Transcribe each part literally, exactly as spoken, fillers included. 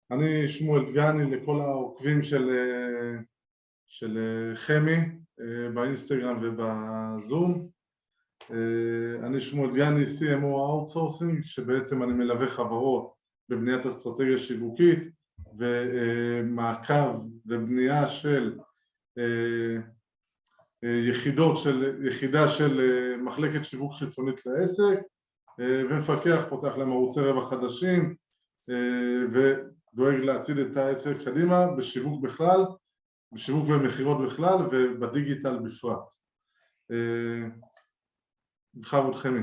אני שמואל דגני לכל העוקבים של, של חמי באינסטגרם ובזום. אני שמואל דגני, סי אם או Outsourcing, שבעצם אני מלווה חברות בבניית אסטרטגיה שיווקית ומעקב ובנייה של יחידות של, יחידה של מחלקת שיווק חיצונית לעסק, ומפקח, פותח להם ערוצי רווח חדשים ודואג להציד את העסק קדימה בשיווק בכלל, בשיווק ומחירות בכלל ובדיגיטל בפרט. בכבוד חמי.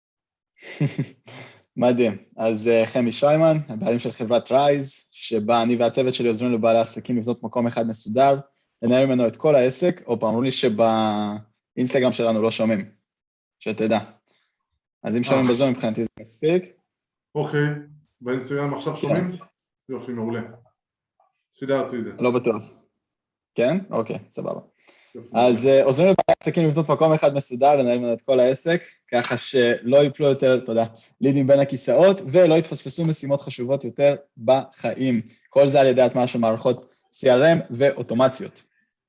מדהים. אז חמי שריימן, הבעלים של חברת רייז, שבה אני והצוות שלי עוזרים לבעלי עסקים לבנות מקום אחד מסודר, לנהל ממנו את כל העסק. או פעם אמרו לי שבאינסטגרם שלנו לא שומעים, שתדע. אז אם שומעים בזום מבחינתי זה מספיק. אוקיי, באינסטגרם עכשיו שומעים? יופי, מעולה. סידרתי את זה. לא בטוח. כן? אוקיי, סבבה. אז עוזרים לבעלי עסקים לבנות מקום אחד מסודר, לנהל ממנו את כל העסק, ככה שלא ייפלו יותר, תודה, לידים בין הכיסאות, ולא יתפספסו משימות חשובות יותר בחיים. כל זה על ידי הטמעה של מערכות סי אר אם ואוטומציות.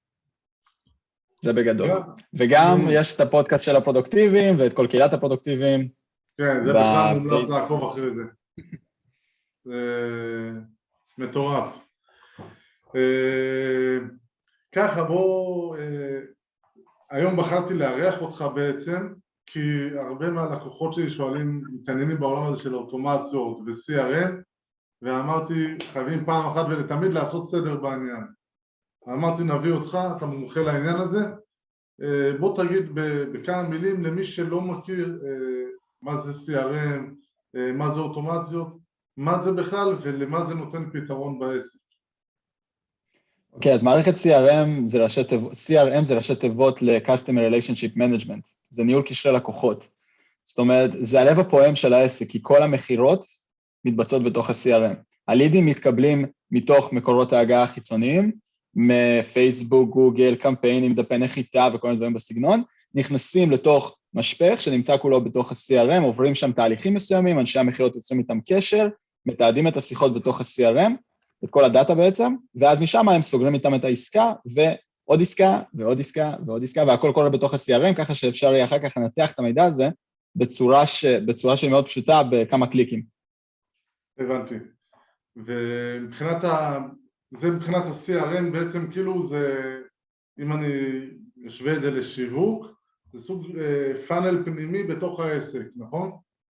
זה בגדול. וגם יש את הפודקאסט של הפרודוקטיביים, ואת כל קהילת הפרודוקטיביים. כן, זה בכלל מומלץ לעקוב אחרי זה. זה מטורף. ככה, בוא, היום בחרתי לארח אותך בעצם, כי הרבה מהלקוחות שלי שואלים, מתעניינים בעולם הזה של אוטומציות ו-סי אר אם, ואמרתי, חייבים פעם אחת ולתמיד לעשות סדר בעניין. אמרתי, נביא אותך, אתה מומחה לעניין הזה, בוא תגיד בכמה מילים למי שלא מכיר מה זה סי אר אם, מה זה אוטומציות, מה זה בכלל ולמה זה נותן פתרון בעסק. אוקיי, okay, אז מערכת סי אר אם זה ראשי תיבות, סי אר אם זה ראשי תיבות ל-Customer Relationship Management, זה ניהול קשרי לקוחות. זאת אומרת, זה הלב הפועם של העסק, כי כל המחירות מתבצעות בתוך ה-סי אר אם. הלידים מתקבלים מתוך מקורות ההגעה החיצוניים, מפייסבוק, גוגל, קמפיינים, דפי נחיתה וכל מיני דברים בסגנון, נכנסים לתוך משפך שנמצא כולו בתוך ה-סי אר אם, עוברים שם תהליכים מסוימים, אנשי המחירות יוצרים איתם קשר, מתעדים את השיחות בתוך ה-סי אר אם, את כל הדאטה בעצם, ואז משם הם סוגרים איתם את העסקה, ועוד עסקה, ועוד עסקה, ועוד עסקה, והכל קורה בתוך ה-סי אר אם, ככה שאפשר יהיה אחר כך לנתח את המידע הזה, בצורה, ש... בצורה שהיא מאוד פשוטה, בכמה קליקים. הבנתי. ומבחינת ה... זה מבחינת ה-סי אר אם בעצם כאילו זה, אם אני אשווה את זה לשיווק, זה סוג פאנל פנימי בתוך העסק, נכון?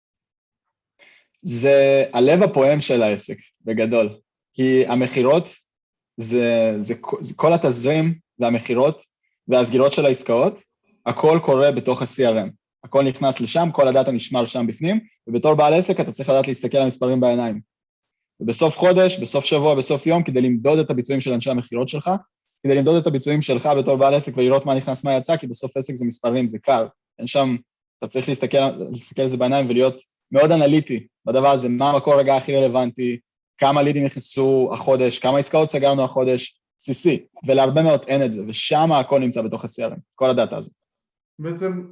זה הלב הפועם של העסק, בגדול. כי המחירות, זה, זה, זה כל התזרים והמחירות והסגירות של העסקאות, הכל קורה בתוך ה-סי אר אם. הכל נכנס לשם, כל הדאטה נשמר שם בפנים, ובתור בעל עסק אתה צריך לדעת להסתכל על המספרים בעיניים. ובסוף חודש, בסוף שבוע, בסוף יום, כדי למדוד את הביצועים של אנשי המחירות שלך, כדי למדוד את הביצועים שלך בתור בעל עסק ולראות מה נכנס, מה יצא, כי בסוף עסק זה מספרים, זה קר. אין שם, אתה צריך להסתכל, להסתכל על זה בעיניים ולהיות מאוד אנליטי בדבר הזה, מה המקור רגע הכי רלוונטי, כמה לידים נכנסו החודש, כמה עסקאות סגרנו החודש, סי סי, ולהרבה מאוד אין את זה, ושם הכל נמצא בתוך ה-סי אר אם, כל הדאטה הזה. בעצם,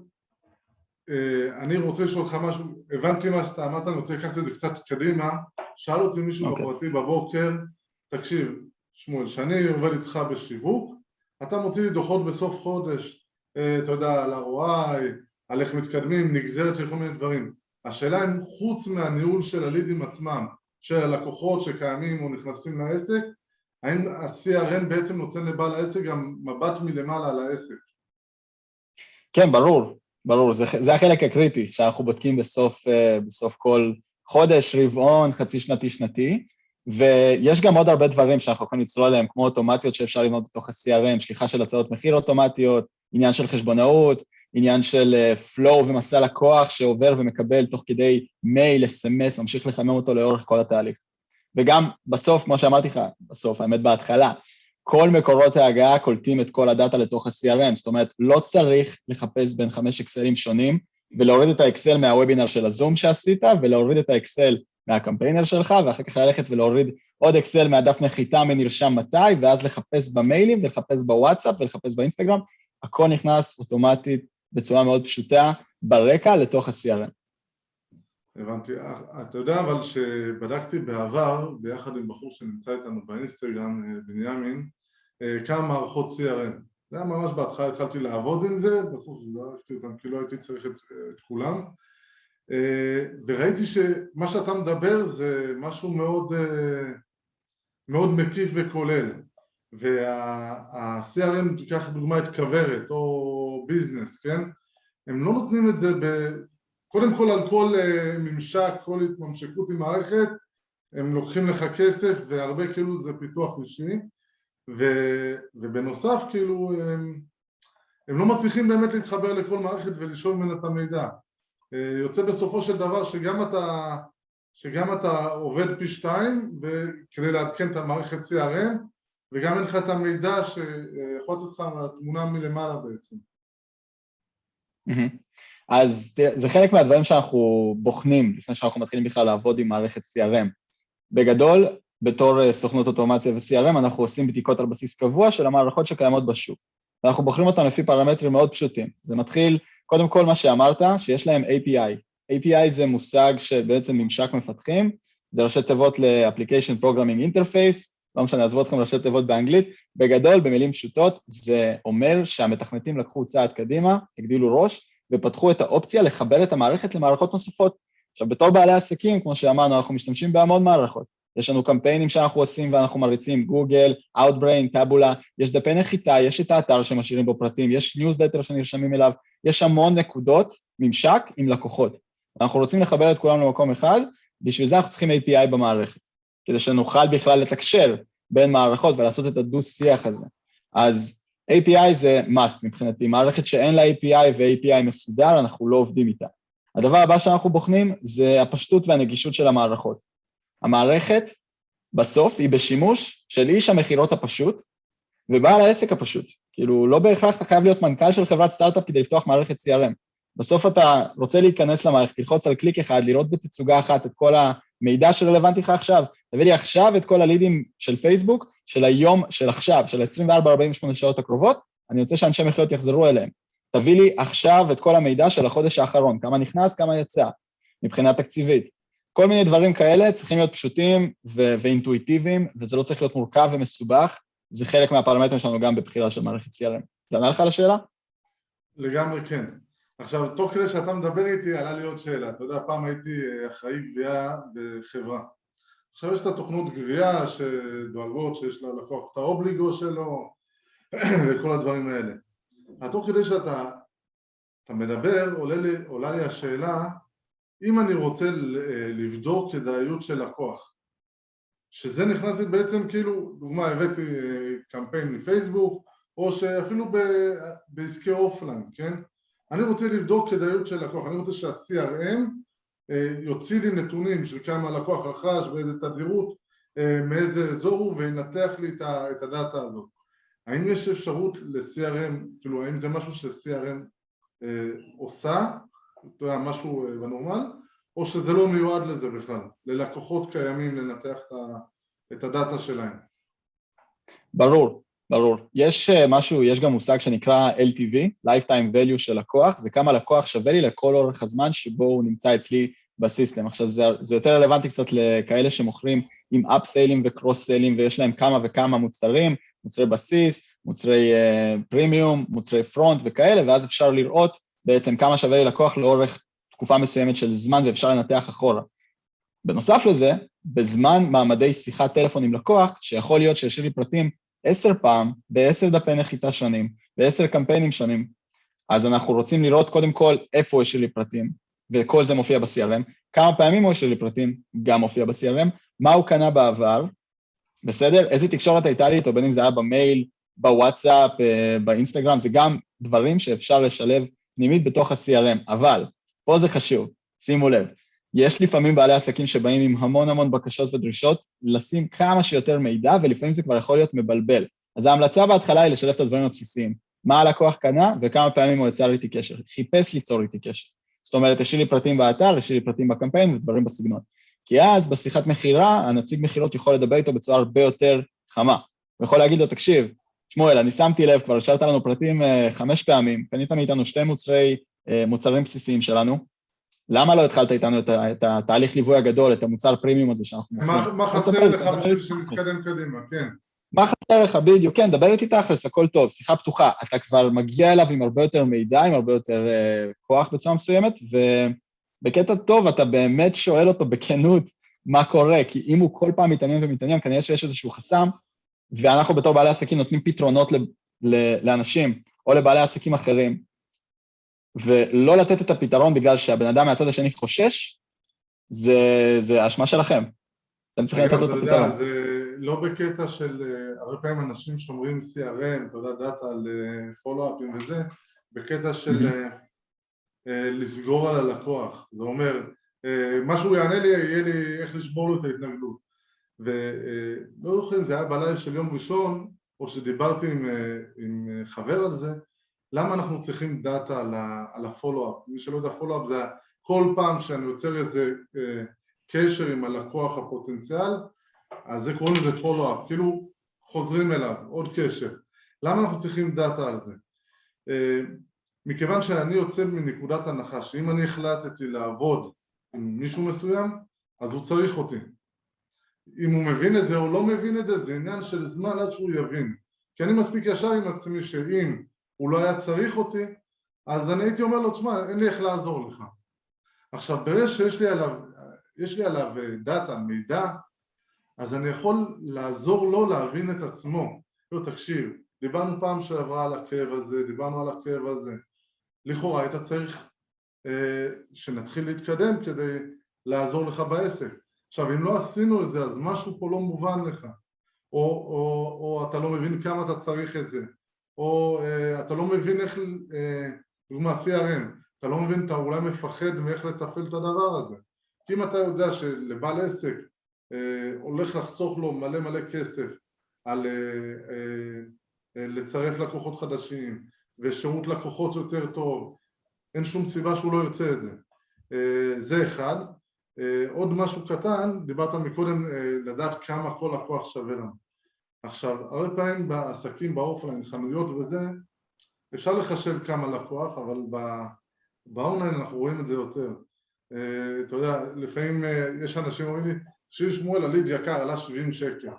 אני רוצה לשאול לך משהו, הבנתי מה שאתה אמרת, אני רוצה לקחת את זה קצת קדימה, שאל אותי מישהו okay. בפרטי בבוקר, תקשיב, שמואל, שאני עובד איתך בשיווק, אתה מוציא לי דוחות בסוף חודש, אתה יודע, על אר או איי, על איך מתקדמים, נגזרת של כל מיני דברים. השאלה אם חוץ מהניהול של הלידים עצמם, של הלקוחות שקיימים או נכנסים לעסק, האם ה-סי אר אם בעצם נותן לבעל העסק גם מבט מלמעלה על העסק? כן, ברור, ברור. זה, זה החלק הקריטי שאנחנו בודקים בסוף, בסוף כל חודש, רבעון, חצי שנתי, שנתי, ויש גם עוד הרבה דברים שאנחנו יכולים לצלול עליהם, כמו אוטומציות שאפשר לבנות בתוך ה-סי אר אם, שליחה של הצעות מחיר אוטומטיות, עניין של חשבונאות, עניין של flow ומסע לקוח שעובר ומקבל תוך כדי מייל, אס אם אס, ממשיך לחמם אותו לאורך כל התהליך. וגם בסוף, כמו שאמרתי לך, בסוף, האמת בהתחלה, כל מקורות ההגעה קולטים את כל הדאטה לתוך ה-סי אר אם, זאת אומרת, לא צריך לחפש בין חמש אקסלים שונים, ולהוריד את האקסל מהוובינר של הזום שעשית, ולהוריד את האקסל מהקמפיינר שלך, ואחר כך ללכת ולהוריד עוד אקסל מהדף נחיתה מנרשם מתי, ואז לחפש במיילים, ולחפש בוואטסאפ, ולחפש באינסטגרם, הכל נכנס אוטומטית בצורה מאוד פשוטה ברקע לתוך ה-סי אר אם. הבנתי. אתה יודע אבל שבדקתי בעבר, ביחד עם בחור שנמצא איתנו באינסטגרם, בנימין, כמה מערכות סי אר אם. זה היה ממש בהתחלה, התחלתי לעבוד עם זה, בסוף זרקתי אותם, כי לא הייתי צריך את, את כולם. וראיתי שמה שאתה מדבר זה משהו מאוד, מאוד מקיף וכולל. וה-סי אר אם, תיקח דוגמה את כברת או ביזנס, כן? הם לא נותנים את זה ב... קודם כל על כל ממשק, כל התממשקות עם מערכת, הם לוקחים לך כסף והרבה כאילו זה פיתוח אישי, ו... ובנוסף כאילו הם... הם לא מצליחים באמת להתחבר לכל מערכת ולשאול ממנה את המידע. יוצא בסופו של דבר שגם אתה, שגם אתה עובד פי שתיים כדי לעדכן את המערכת סי אר אם, וגם אין לך את המידע שיכול לתת לך תמונה מלמעלה בעצם. אז זה חלק מהדברים שאנחנו בוחנים לפני שאנחנו מתחילים בכלל לעבוד עם מערכת סי אר אם. בגדול, בתור סוכנות אוטומציה ו-סי אר אם, אנחנו עושים בדיקות על בסיס קבוע של המערכות שקיימות בשוק. ואנחנו בוחרים אותם לפי פרמטרים מאוד פשוטים. זה מתחיל, קודם כל מה שאמרת, שיש להם איי פי איי. איי פי איי זה מושג שבעצם ממשק מפתחים, זה ראשי תיבות ל-Application Programming Interface, לא משנה, עזבו אתכם ראשי תיבות באנגלית, בגדול, במילים פשוטות, זה אומר שהמתכנתים לקחו צעד קדימה, הגדילו ראש, ופתחו את האופציה לחבר את המערכת למערכות נוספות. עכשיו, בתור בעלי עסקים, כמו שאמרנו, אנחנו משתמשים בהמון מערכות. יש לנו קמפיינים שאנחנו עושים ואנחנו מריצים, גוגל, Outbrain, טאבולה, יש דפי נחיתה, יש את האתר שמשאירים בו פרטים, יש ניוזלטר שנרשמים אליו, יש המון נקודות ממשק עם לקוחות. אנחנו רוצים לחבר את כולם למקום אחד, בשביל זה אנחנו צריכים איי פי איי במערכת, כדי שנוכל בכלל לתקשר בין מערכות ולעשות את הדו-שיח הזה. אז איי פי איי זה must מבחינתי, מערכת שאין לה איי פי איי ו-איי פי איי מסודר, אנחנו לא עובדים איתה. הדבר הבא שאנחנו בוחנים זה הפשטות והנגישות של המערכות. המערכת בסוף היא בשימוש של איש המחירות הפשוט, ובעל העסק הפשוט. כאילו לא בהכרח אתה חייב להיות מנכ"ל של חברת סטארט-אפ כדי לפתוח מערכת סי אר אם. בסוף אתה רוצה להיכנס למערכת, ללחוץ על קליק אחד, לראות בתצוגה אחת את כל המידע שרלוונטי לך עכשיו, תביא לי עכשיו את כל הלידים של פייסבוק, של היום, של עכשיו, של עשרים וארבע עד ארבעים ושמונה שעות הקרובות, אני רוצה שאנשי מכירות יחזרו אליהם. תביא לי עכשיו את כל המידע של החודש האחרון, כמה נכנס, כמה יצא, מבחינה תקציבית. כל מיני דברים כאלה צריכים להיות פשוטים ו- ואינטואיטיביים, וזה לא צריך להיות מורכב ומסובך, זה חלק מהפרמטרים שלנו גם בבחירה של מערכת סי אר אם. זה ענה לך לשאלה? לגמרי כן. עכשיו, תוך כדי שאתה מדבר איתי, עלה לי עוד שאלה. אתה יודע, פעם הייתי אחראי גבייה בחברה. עכשיו יש את התוכנות גבייה שדואגות שיש ללקוח את האובליגו שלו, וכל הדברים האלה. תוך כדי שאתה אתה מדבר, עולה לי, עולה לי השאלה, אם אני רוצה לבדוק כדאיות של לקוח, שזה נכנס לי בעצם כאילו, דוגמה, הבאתי קמפיין מפייסבוק, או שאפילו בעסקי אופליין, כן? אני רוצה לבדוק כדאיות של לקוח, אני רוצה שה-סי אר אם יוציא לי נתונים של כמה לקוח רכש, באיזה תדירות, מאיזה אזור הוא, וינתח לי את הדאטה הזאת. האם יש אפשרות ל-סי אר אם, כאילו, האם זה משהו ש-סי אר אם עושה, אתה יודע, משהו בנורמל, או שזה לא מיועד לזה בכלל, ללקוחות קיימים לנתח את הדאטה שלהם? ברור. ברור. יש משהו, יש גם מושג שנקרא אל טי וי, Lifetime Value של לקוח, זה כמה לקוח שווה לי לכל אורך הזמן שבו הוא נמצא אצלי בסיסטם. עכשיו, זה, זה יותר רלוונטי קצת לכאלה שמוכרים עם אפ-סיילים וקרוס-סיילים, ויש להם כמה וכמה מוצרים, מוצרי בסיס, מוצרי פרימיום, uh, מוצרי פרונט וכאלה, ואז אפשר לראות בעצם כמה שווה לי לקוח לאורך תקופה מסוימת של זמן, ואפשר לנתח אחורה. בנוסף לזה, בזמן מעמדי שיחת טלפון עם לקוח, שיכול להיות שיש לי פרטים עשר פעם, בעשר דפי נחיתה שונים, בעשר קמפיינים שונים, אז אנחנו רוצים לראות קודם כל איפה יש לי פרטים, וכל זה מופיע ב-סי אר אם, כמה פעמים הוא יש לי פרטים, גם מופיע ב-סי אר אם, מה הוא קנה בעבר, בסדר? איזה תקשורת הייתה לי איתו, בין אם זה היה במייל, בוואטסאפ, באינסטגרם, זה גם דברים שאפשר לשלב פנימית בתוך ה-סי אר אם, אבל פה זה חשוב, שימו לב, יש לפעמים בעלי עסקים שבאים עם המון המון בקשות ודרישות, לשים כמה שיותר מידע, ולפעמים זה כבר יכול להיות מבלבל. אז ההמלצה בהתחלה היא לשלב את הדברים הבסיסיים. מה הלקוח קנה, וכמה פעמים הוא יצר איתי קשר. חיפש ליצור איתי קשר. זאת אומרת, יש לי פרטים באתר, יש לי פרטים בקמפיין, ודברים בסגנון. כי אז בשיחת מחירה, הנציג מחירות יכול לדבר איתו בצורה הרבה יותר חמה. הוא יכול להגיד לו, תקשיב, שמואל, אני שמתי לב, כבר השארת לנו פרטים חמש פעמים, קנית מאיתנו שתי מוצרי, מוצרים בסיסיים שלנו, למה לא התחלת איתנו את, את התהליך ליווי הגדול, את המוצר פרימיום הזה שאנחנו מוכרים? מה חסר לך בשביל שנתקדם קדימה, כן. מה חסר לך בדיוק, כן, דבר איתי תכלס, הכל טוב, שיחה פתוחה, אתה כבר מגיע אליו עם הרבה יותר מידע, עם הרבה יותר uh, כוח בצורה מסוימת, ובקטע טוב אתה באמת שואל אותו בכנות מה קורה, כי אם הוא כל פעם מתעניין ומתעניין, כנראה שיש איזשהו חסם, ואנחנו בתור בעלי עסקים נותנים פתרונות ל- ל- לאנשים, או לבעלי עסקים אחרים, ולא לתת את הפתרון בגלל שהבן אדם מהצד השני חושש, זה, זה אשמה שלכם. אתם צריכים לתת את הפתרון. זה לא בקטע של, הרבה פעמים אנשים שומרים סי אר אם, אתה יודע, דאטה על פולו-אפים וזה, בקטע של לסגור על הלקוח. זה אומר, מה שהוא יענה לי, יהיה לי איך לשבור לו את ההתנגדות. ולא זוכר אם זה היה בלילה של יום ראשון, או שדיברתי עם, עם חבר על זה, למה אנחנו צריכים דאטה על הפולו-אפ? מי שלא יודע, פולו-אפ זה כל פעם שאני יוצר איזה קשר עם הלקוח הפוטנציאל, אז זה קוראים לזה פולו-אפ, כאילו חוזרים אליו, עוד קשר. למה אנחנו צריכים דאטה על זה? מכיוון שאני יוצא מנקודת הנחה, שאם אני החלטתי לעבוד עם מישהו מסוים, אז הוא צריך אותי. אם הוא מבין את זה או לא מבין את זה, זה עניין של זמן עד שהוא יבין. כי אני מספיק ישר עם עצמי שאם הוא לא היה צריך אותי, אז אני הייתי אומר לו, תשמע, אין לי איך לעזור לך. עכשיו, ברגע שיש לי עליו, יש לי עליו דאטה, מידע, אז אני יכול לעזור לו להבין את עצמו. לא, תקשיב, דיברנו פעם שעברה על הכאב הזה, דיברנו על הכאב הזה. לכאורה היית צריך אה, שנתחיל להתקדם כדי לעזור לך בעסק. עכשיו, אם לא עשינו את זה, אז משהו פה לא מובן לך. או, או, או אתה לא מבין כמה אתה צריך את זה. או אה, אתה לא מבין איך, אה, דוגמה סי אר אם, אתה לא מבין, אתה אולי מפחד מאיך לתפעל את הדבר הזה. כי אם אתה יודע שלבעל עסק אה, הולך לחסוך לו מלא מלא כסף על אה, אה, אה, לצרף לקוחות חדשים ושירות לקוחות יותר טוב, אין שום סיבה שהוא לא ירצה את זה. אה, זה אחד. אה, עוד משהו קטן, דיברת מקודם אה, לדעת כמה כל לקוח שווה לנו. עכשיו, הרבה פעמים בעסקים, באופליין, חנויות וזה, אפשר לחשב כמה לקוח, אבל באונליין אנחנו רואים את זה יותר. אתה יודע, לפעמים יש אנשים אומרים לי, שיר שמואל, הליד יקר, עלה שבעים שקל.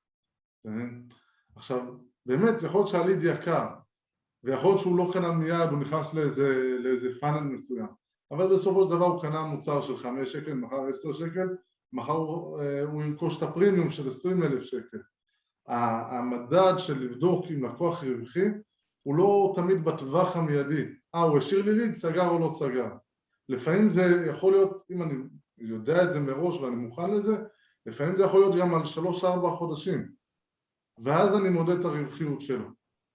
עכשיו, באמת, יכול להיות שהליד יקר, ויכול להיות שהוא לא קנה מיד, הוא נכנס לאיזה, לאיזה פאנל מסוים. אבל בסופו של דבר הוא קנה מוצר של חמש שקל, מחר עשר שקל, מחר הוא ינקוש את הפרימיום של עשרים אלף שקל. המדד של לבדוק אם לקוח רווחי הוא לא תמיד בטווח המיידי. אה, הוא השאיר לי ליד, סגר או לא סגר. לפעמים זה יכול להיות, אם אני יודע את זה מראש ואני מוכן לזה, לפעמים זה יכול להיות גם על שלוש ארבע חודשים. ואז אני מודד את הרווחיות שלו.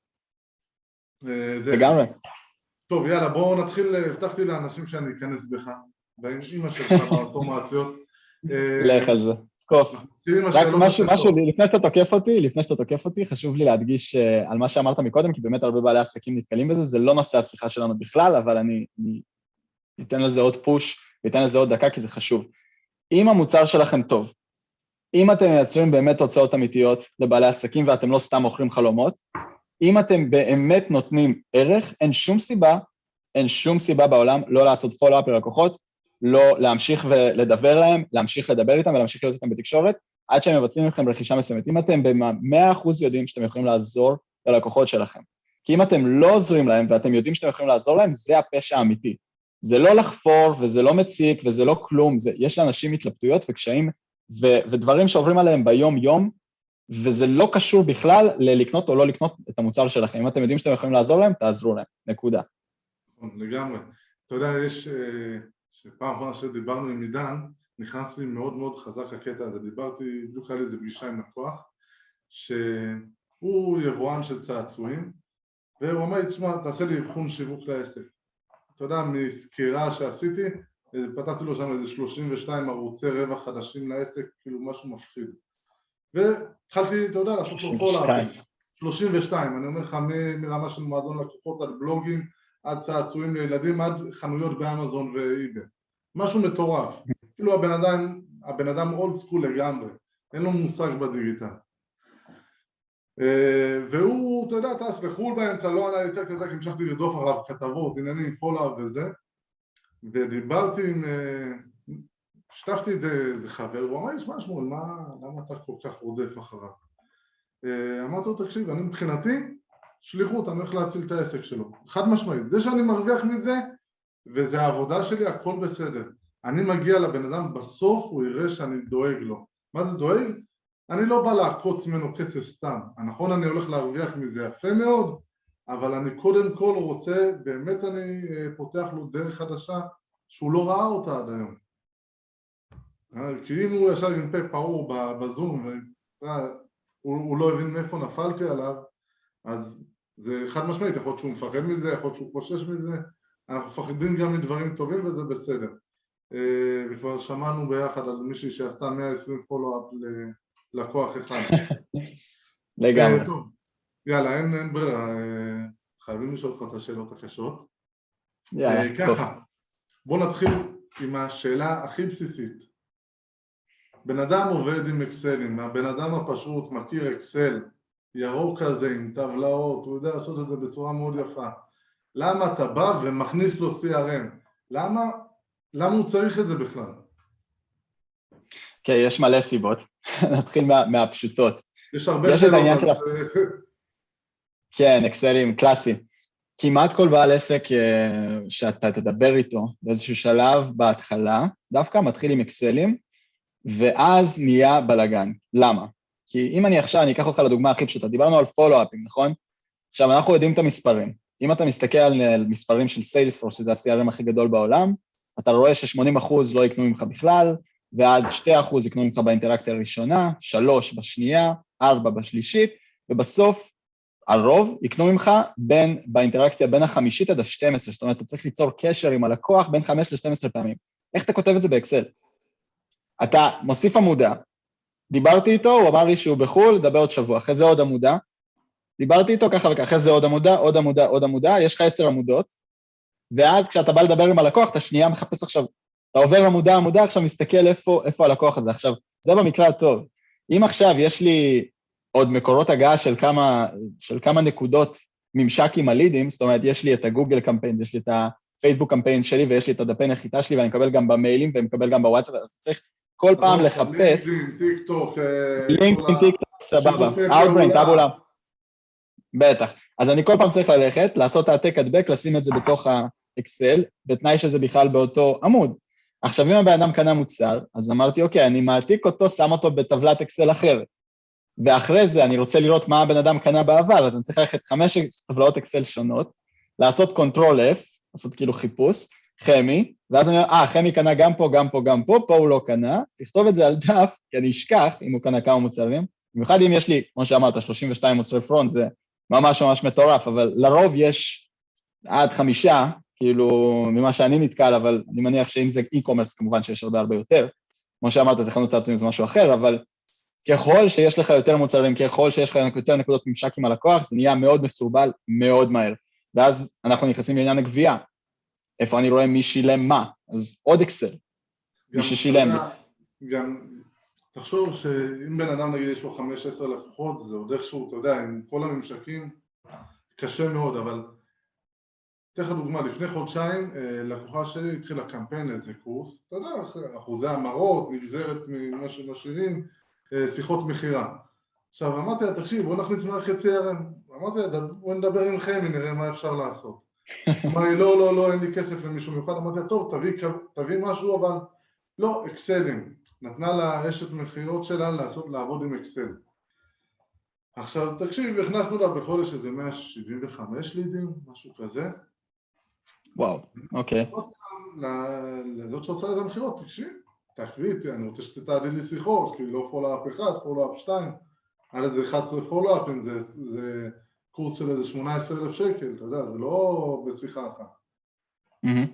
לגמרי. טוב, יאללה, בואו נתחיל, הבטחתי לאנשים שאני אכנס בך, ועם אמא שלך באוטומציות. לך על זה. קוף. רק משהו, משהו, לפני שאתה תוקף אותי, לפני שאתה תוקף אותי, חשוב לי להדגיש על מה שאמרת מקודם, כי באמת הרבה בעלי עסקים נתקלים בזה, זה לא נושא השיחה שלנו בכלל, אבל אני אתן לזה עוד פוש, ואתן לזה עוד דקה, כי זה חשוב. אם המוצר שלכם טוב, אם אתם מייצרים באמת תוצאות אמיתיות לבעלי עסקים, ואתם לא סתם מוכרים חלומות, אם אתם באמת נותנים ערך, אין שום סיבה, אין שום סיבה בעולם לא לעשות פולו-אפ ללקוחות, לא להמשיך ולדבר להם, להמשיך לדבר איתם ולהמשיך להיות איתם בתקשורת, עד שהם מבצעים לכם רכישה מסוימת. אם אתם ב-מאה אחוז יודעים שאתם יכולים לעזור ללקוחות שלכם, כי אם אתם לא עוזרים להם ואתם יודעים שאתם יכולים לעזור להם, זה הפשע האמיתי. זה לא לחפור וזה לא מציק וזה לא כלום, זה, יש לאנשים התלבטויות וקשיים ו- ודברים שעוברים עליהם ביום-יום, וזה לא קשור בכלל ללקנות או לא לקנות את המוצר שלכם. אם אתם יודעים שאתם יכולים לעזור להם, תעזרו להם. נקודה. לגמרי. אתה יודע, יש... שפעם אחרונה שדיברנו עם עידן, נכנס לי מאוד מאוד חזק הקטע הזה. דיברתי, בדיוק היה לי איזה פגישה עם לקוח, שהוא יבואן של צעצועים, והוא אמר לי, תשמע, תעשה לי אבחון שיווק לעסק. אתה יודע, מסקירה שעשיתי, פתחתי לו שם איזה שלושים ושתיים ערוצי רווח חדשים לעסק, כאילו משהו מפחיד. והתחלתי, אתה יודע, לעשות לו פולו-אפ. שלושים ושתיים, אני אומר לך, מרמה של מועדון לקוחות על בלוגים, עד צעצועים לילדים, עד חנויות באמזון ואיבי. משהו מטורף. כאילו הבן אדם, הבן אדם אולד סקול לגמרי, אין לו מושג בדיגיטל. והוא, אתה יודע, טס לחול באמצע, לא ענה יותר כזה, כי המשכתי לרדוף עליו כתבות, עניינים, פולו-אפ וזה. ודיברתי עם, שטפתי את זה חבר, הוא אמר לי, שמע שמואל, למה אתה כל כך רודף אחריו? אמרתי לו, תקשיב, אני מבחינתי, שליחות, אני הולך להציל את העסק שלו. חד משמעית, זה שאני מרוויח מזה, וזה העבודה שלי, הכל בסדר. אני מגיע לבן אדם, בסוף הוא יראה שאני דואג לו. מה זה דואג? אני לא בא לעקוץ ממנו כסף סתם. נכון, אני הולך להרוויח מזה יפה מאוד, אבל אני קודם כל רוצה, באמת אני פותח לו דרך חדשה, שהוא לא ראה אותה עד היום. כי אם הוא ישב עם פה פעור בזום, והוא הוא לא הבין מאיפה נפלתי עליו, אז זה חד משמעית, יכול להיות שהוא מפחד מזה, יכול להיות שהוא חושש מזה, אנחנו מפחדים גם מדברים טובים וזה בסדר. וכבר שמענו ביחד על מישהי שעשתה מאה ועשרים פולו-אפ ללקוח אחד. לגמרי. טוב, יאללה, אין, אין ברירה, חייבים לשאול אותך את השאלות הקשות. יאללה, ככה, בוא נתחיל עם השאלה הכי בסיסית. בן אדם עובד עם אקסלים, הבן אדם הפשוט מכיר אקסל, ירוק כזה עם טבלאות, הוא יודע לעשות את זה בצורה מאוד יפה. למה אתה בא ומכניס לו סי אר אם? למה, למה הוא צריך את זה בכלל? כן, יש מלא סיבות. נתחיל מה, מהפשוטות. יש הרבה יש שאלות. אז... של... כן, אקסלים, קלאסי. כמעט כל בעל עסק שאתה תדבר איתו באיזשהו שלב בהתחלה, דווקא מתחיל עם אקסלים, ואז נהיה בלגן. למה? כי אם אני עכשיו, אני אקח אותך לדוגמה הכי פשוטה, דיברנו על פולו-אפים, נכון? עכשיו, אנחנו יודעים את המספרים. אם אתה מסתכל על מספרים של סיילספורס, שזה ה-סי אר אם הכי גדול בעולם, אתה רואה ש-שמונים אחוז לא יקנו ממך בכלל, ואז שני אחוז יקנו ממך באינטראקציה הראשונה, שלוש בשנייה, ארבע בשלישית, ובסוף הרוב יקנו ממך בין, באינטראקציה בין החמישית עד ה-שתים עשרה, זאת אומרת, אתה צריך ליצור קשר עם הלקוח בין חמש ל-שתים עשרה פעמים. איך אתה כותב את זה באקסל? אתה מוסיף עמודה, דיברתי איתו, הוא אמר לי שהוא בחול, דבר עוד שבוע, אחרי זה עוד עמודה, דיברתי איתו ככה וככה, אחרי זה עוד עמודה, עוד עמודה, עוד עמודה, יש לך עשר עמודות, ואז כשאתה בא לדבר עם הלקוח, אתה שנייה מחפש עכשיו, אתה עובר עמודה, עמודה, עכשיו מסתכל איפה, איפה הלקוח הזה. עכשיו, זה במקרה הטוב. אם עכשיו יש לי עוד מקורות הגעה של כמה, של כמה נקודות ממשק עם הלידים, זאת אומרת, יש לי את הגוגל קמפיינס, יש לי את הפייסבוק קמפיינס שלי, ויש לי את הדפי נחיתה שלי, ואני מקבל גם במיילים, ואני מקבל גם בוואטסאפ, אז צריך כל פעם לחפש... לינקדאין, טיק טוק, לינקדאין, טיק טוק, סבבה. Outbrain, טאבולה. בטח. אז אני כל פעם צריך ללכת, לעשות העתק הדבק, לשים את זה בתוך האקסל, בתנאי שזה בכלל באותו עמוד. עכשיו, אם הבן אדם קנה מוצר, אז אמרתי, אוקיי, אני מעתיק אותו, שם אותו בטבלת אקסל אחרת. ואחרי זה אני רוצה לראות מה הבן אדם קנה בעבר, אז אני צריך ללכת חמש טבלאות אקסל שונות, לעשות קונטרול F, לעשות כאילו חיפוש, חמי, ואז אני אומר, אה, חמי קנה גם פה, גם פה, גם פה, פה הוא לא קנה, תכתוב את זה על דף, כי אני אשכח אם הוא קנה כמה מוצרים, במיוחד אם יש לי, כמו שאמרת, שלושים ושתיים מוצרי פרונט, זה ממש ממש מטורף, אבל לרוב יש עד חמישה, כאילו, ממה שאני נתקל, אבל אני מניח שאם זה e-commerce, כמובן שיש הרבה הרבה יותר, כמו שאמרת, זה חנות צעצועים, זה משהו אחר, אבל ככל שיש לך יותר מוצרים, ככל שיש לך יותר נקודות ממשק עם הלקוח, זה נהיה מאוד מסורבל, מאוד מהר. ואז אנחנו נכנסים לעניין הגבייה. איפה אני רואה מי שילם מה? אז עוד אקסל, מי ששילם לי. גם, תחשוב שאם בן אדם נגיד יש לו חמש עשרה לקוחות, זה עוד איכשהו, אתה יודע, עם כל הממשקים, קשה מאוד, אבל אתן לך דוגמה, לפני חודשיים, לקוחה שלי התחילה קמפיין איזה קורס, אתה יודע, אחוזי המרות, נגזרת ממה שמשאירים, שיחות מחירה. עכשיו, אמרתי לה, תקשיב, בוא נכניס מערכת סי אר אם. אמרתי לה, בוא נדבר עם חמי, נראה מה אפשר לעשות. אמר לי, לא, לא, לא, אין לי כסף למישהו מיוחד. אמרתי לה, טוב, תביא, תביא משהו, אבל לא, אקסלים. נתנה לה רשת מחירות שלה לעשות, לעבוד עם אקסל. עכשיו, תקשיב, הכנסנו לה בחודש איזה מאה שבעים וחמש לידים, משהו כזה. וואו, אוקיי. לזאת שעושה לזה מחירות, תקשיב. תקביא, אני רוצה שתתעדד לי שיחות, כי לא פולו-אפ אחד, פולו-אפ שתיים, על איזה אחד עשרה פולו-אפים, זה, זה קורס של איזה שמונה עשרה אלף שקל, אתה יודע, זה לא בשיחה אחת. Mm-hmm.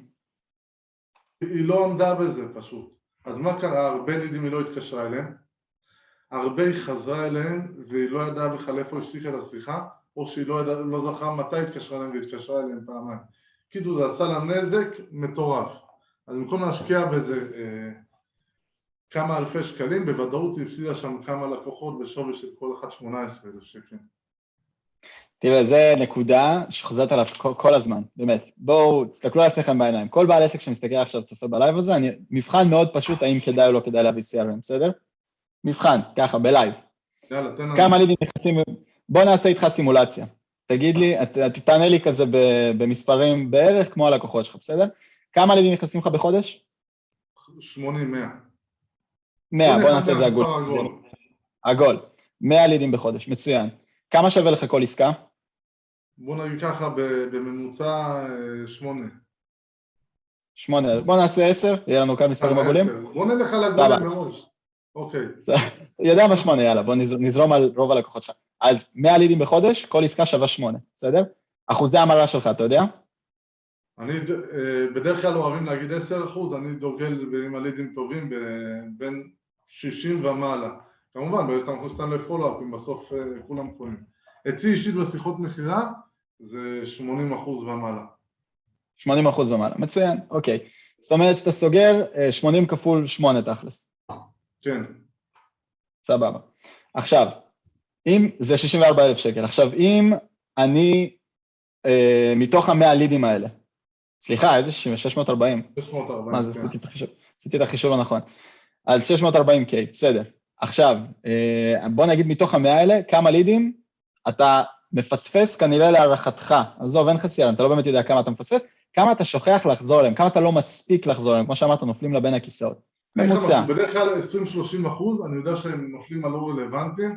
היא לא עמדה בזה פשוט. אז מה קרה? הרבה לידים היא לא התקשרה אליהם, הרבה היא חזרה אליהם, והיא לא ידעה בכלל איפה הפסיקה את השיחה, או שהיא לא, ידע, לא זכרה מתי התקשרה אליהם והתקשרה אליהם פעמיים. כאילו זה עשה לה נזק מטורף. אז במקום להשקיע בזה, אה, כמה אלפי שקלים, בוודאות הפסידה שם כמה לקוחות בשווי של כל אחד שמונה עשרה אלף שקל. תראה, זה נקודה שחוזרת עליו כל, כל הזמן, באמת. בואו, תסתכלו על עצמכם בעיניים. כל בעל עסק שמסתכל עכשיו צופה בלייב הזה, אני, מבחן מאוד פשוט, האם כדאי או לא כדאי להביא סי אר אם, בסדר? מבחן, ככה, בלייב. יאללה, תן לנו. כמה לידים נכנסים, בוא נעשה איתך סימולציה. תגיד לי, את, את תענה לי כזה במספרים בערך כמו הלקוחות שלך, בסדר? כמה לידים נכנסים לך בחודש? שמונים, מאה. מאה, בוא נעשה את זה עגול. עגול. עגול. מאה לידים בחודש, מצוין. כמה שווה לך כל עסקה? בוא נגיד ככה, בממוצע שמונה. שמונה, בוא נעשה עשר, יהיה לנו כמה מספרים עגולים. בוא נלך על עגולים מראש. אוקיי. יודע מה שמונה, יאללה, בוא נזרום על רוב הלקוחות שלך. אז מאה לידים בחודש, כל עסקה שווה שמונה, בסדר? אחוזי המרה שלך, אתה יודע? אני בדרך כלל אוהבים להגיד עשרה אחוז, אני דוגל עם הלידים טובים בין שישים ומעלה. כמובן, ברגע שאתה מכניס אותם לפולו-אפים, בסוף כולם קונים. אצלי אישית בשיחות מחירה זה שמונים אחוז ומעלה. שמונים אחוז ומעלה, מצוין, אוקיי. זאת אומרת שאתה סוגר שמונים כפול שמונה תכלס. כן. סבבה. עכשיו, אם זה שישים וארבעה אלף שקל, עכשיו אם אני, אה, מתוך המאה לידים האלה, סליחה, איזה שישים? שש מאות וארבעים. שש מאות וארבעים, מה זה, כן. עשיתי את החישוב, עשיתי את החישוב הנכון. אז שש מאות וארבעים קיי, בסדר. עכשיו, אה, בוא נגיד מתוך המאה האלה, כמה לידים אתה מפספס כנראה להערכתך, עזוב, אין חצי עליהם, אתה לא באמת יודע כמה אתה מפספס, כמה אתה שוכח לחזור אליהם, כמה אתה לא מספיק לחזור אליהם, כמו שאמרת, נופלים לבין הכיסאות. ממוצע. בדרך כלל עשרים שלושים אחוז, אני יודע שהם נופלים על לא רלוונטיים,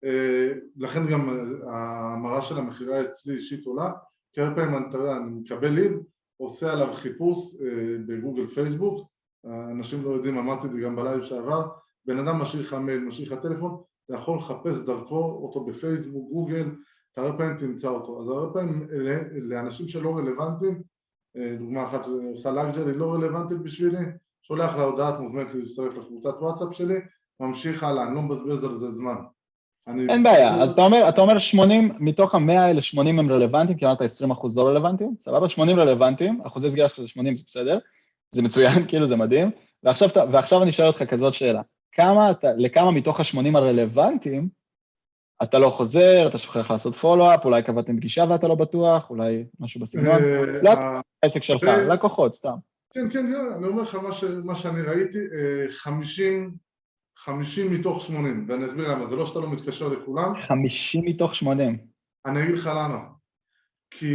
לכן גם המרה של המחירה אצלי אישית עולה, כי הרבה פעמים אני מקבל ליד, עושה עליו חיפוש בגוגל פייסבוק, אנשים לא יודעים, אמרתי את זה גם בלייב שעבר, בן אדם משאיר לך מייל, משאיר לך טלפון, אתה יכול לחפש דרכו אותו בפייסבוק, גוגל, אתה הרבה פעמים תמצא אותו, אז הרבה פעמים לאנשים שלא רלוונטיים, דוגמה אחת עושה לאגג'רי, לא רלוונטית בשבילי, שולח לה הודעת, מוזמנת להצטרף לקבוצת וואטסאפ שלי, ממשיך הלאה, אני לא מבזבז על זה זמן. אין בעיה, אז אתה אומר, אתה אומר שמונים, מתוך המאה האלה שמונים הם רלוונטיים, כי אמרת עשרים אחוז לא רלוונטיים, סבבה? שמונים רלוונטיים, אחוזי סגירה שלך זה שמונים, זה בסדר, זה מצוין, כאילו זה מדהים, ועכשיו, ועכשיו אני שואל אותך כזאת שאלה, כמה אתה, לכמה מתוך ה-שמונים הרלוונטיים, אתה לא חוזר, אתה שוכח לעשות פולו-אפ, אולי קבעתם פגישה ואתה לא בטוח, אולי משהו בסגנון, לא העסק שלך, לקוחות, סתם. כן, כן, אני אומר לך מה שאני ראיתי, חמישים, חמישים מתוך שמונים, ואני אסביר למה, זה לא שאתה לא מתקשר לכולם. חמישים מתוך שמונים. אני אגיד לך למה, כי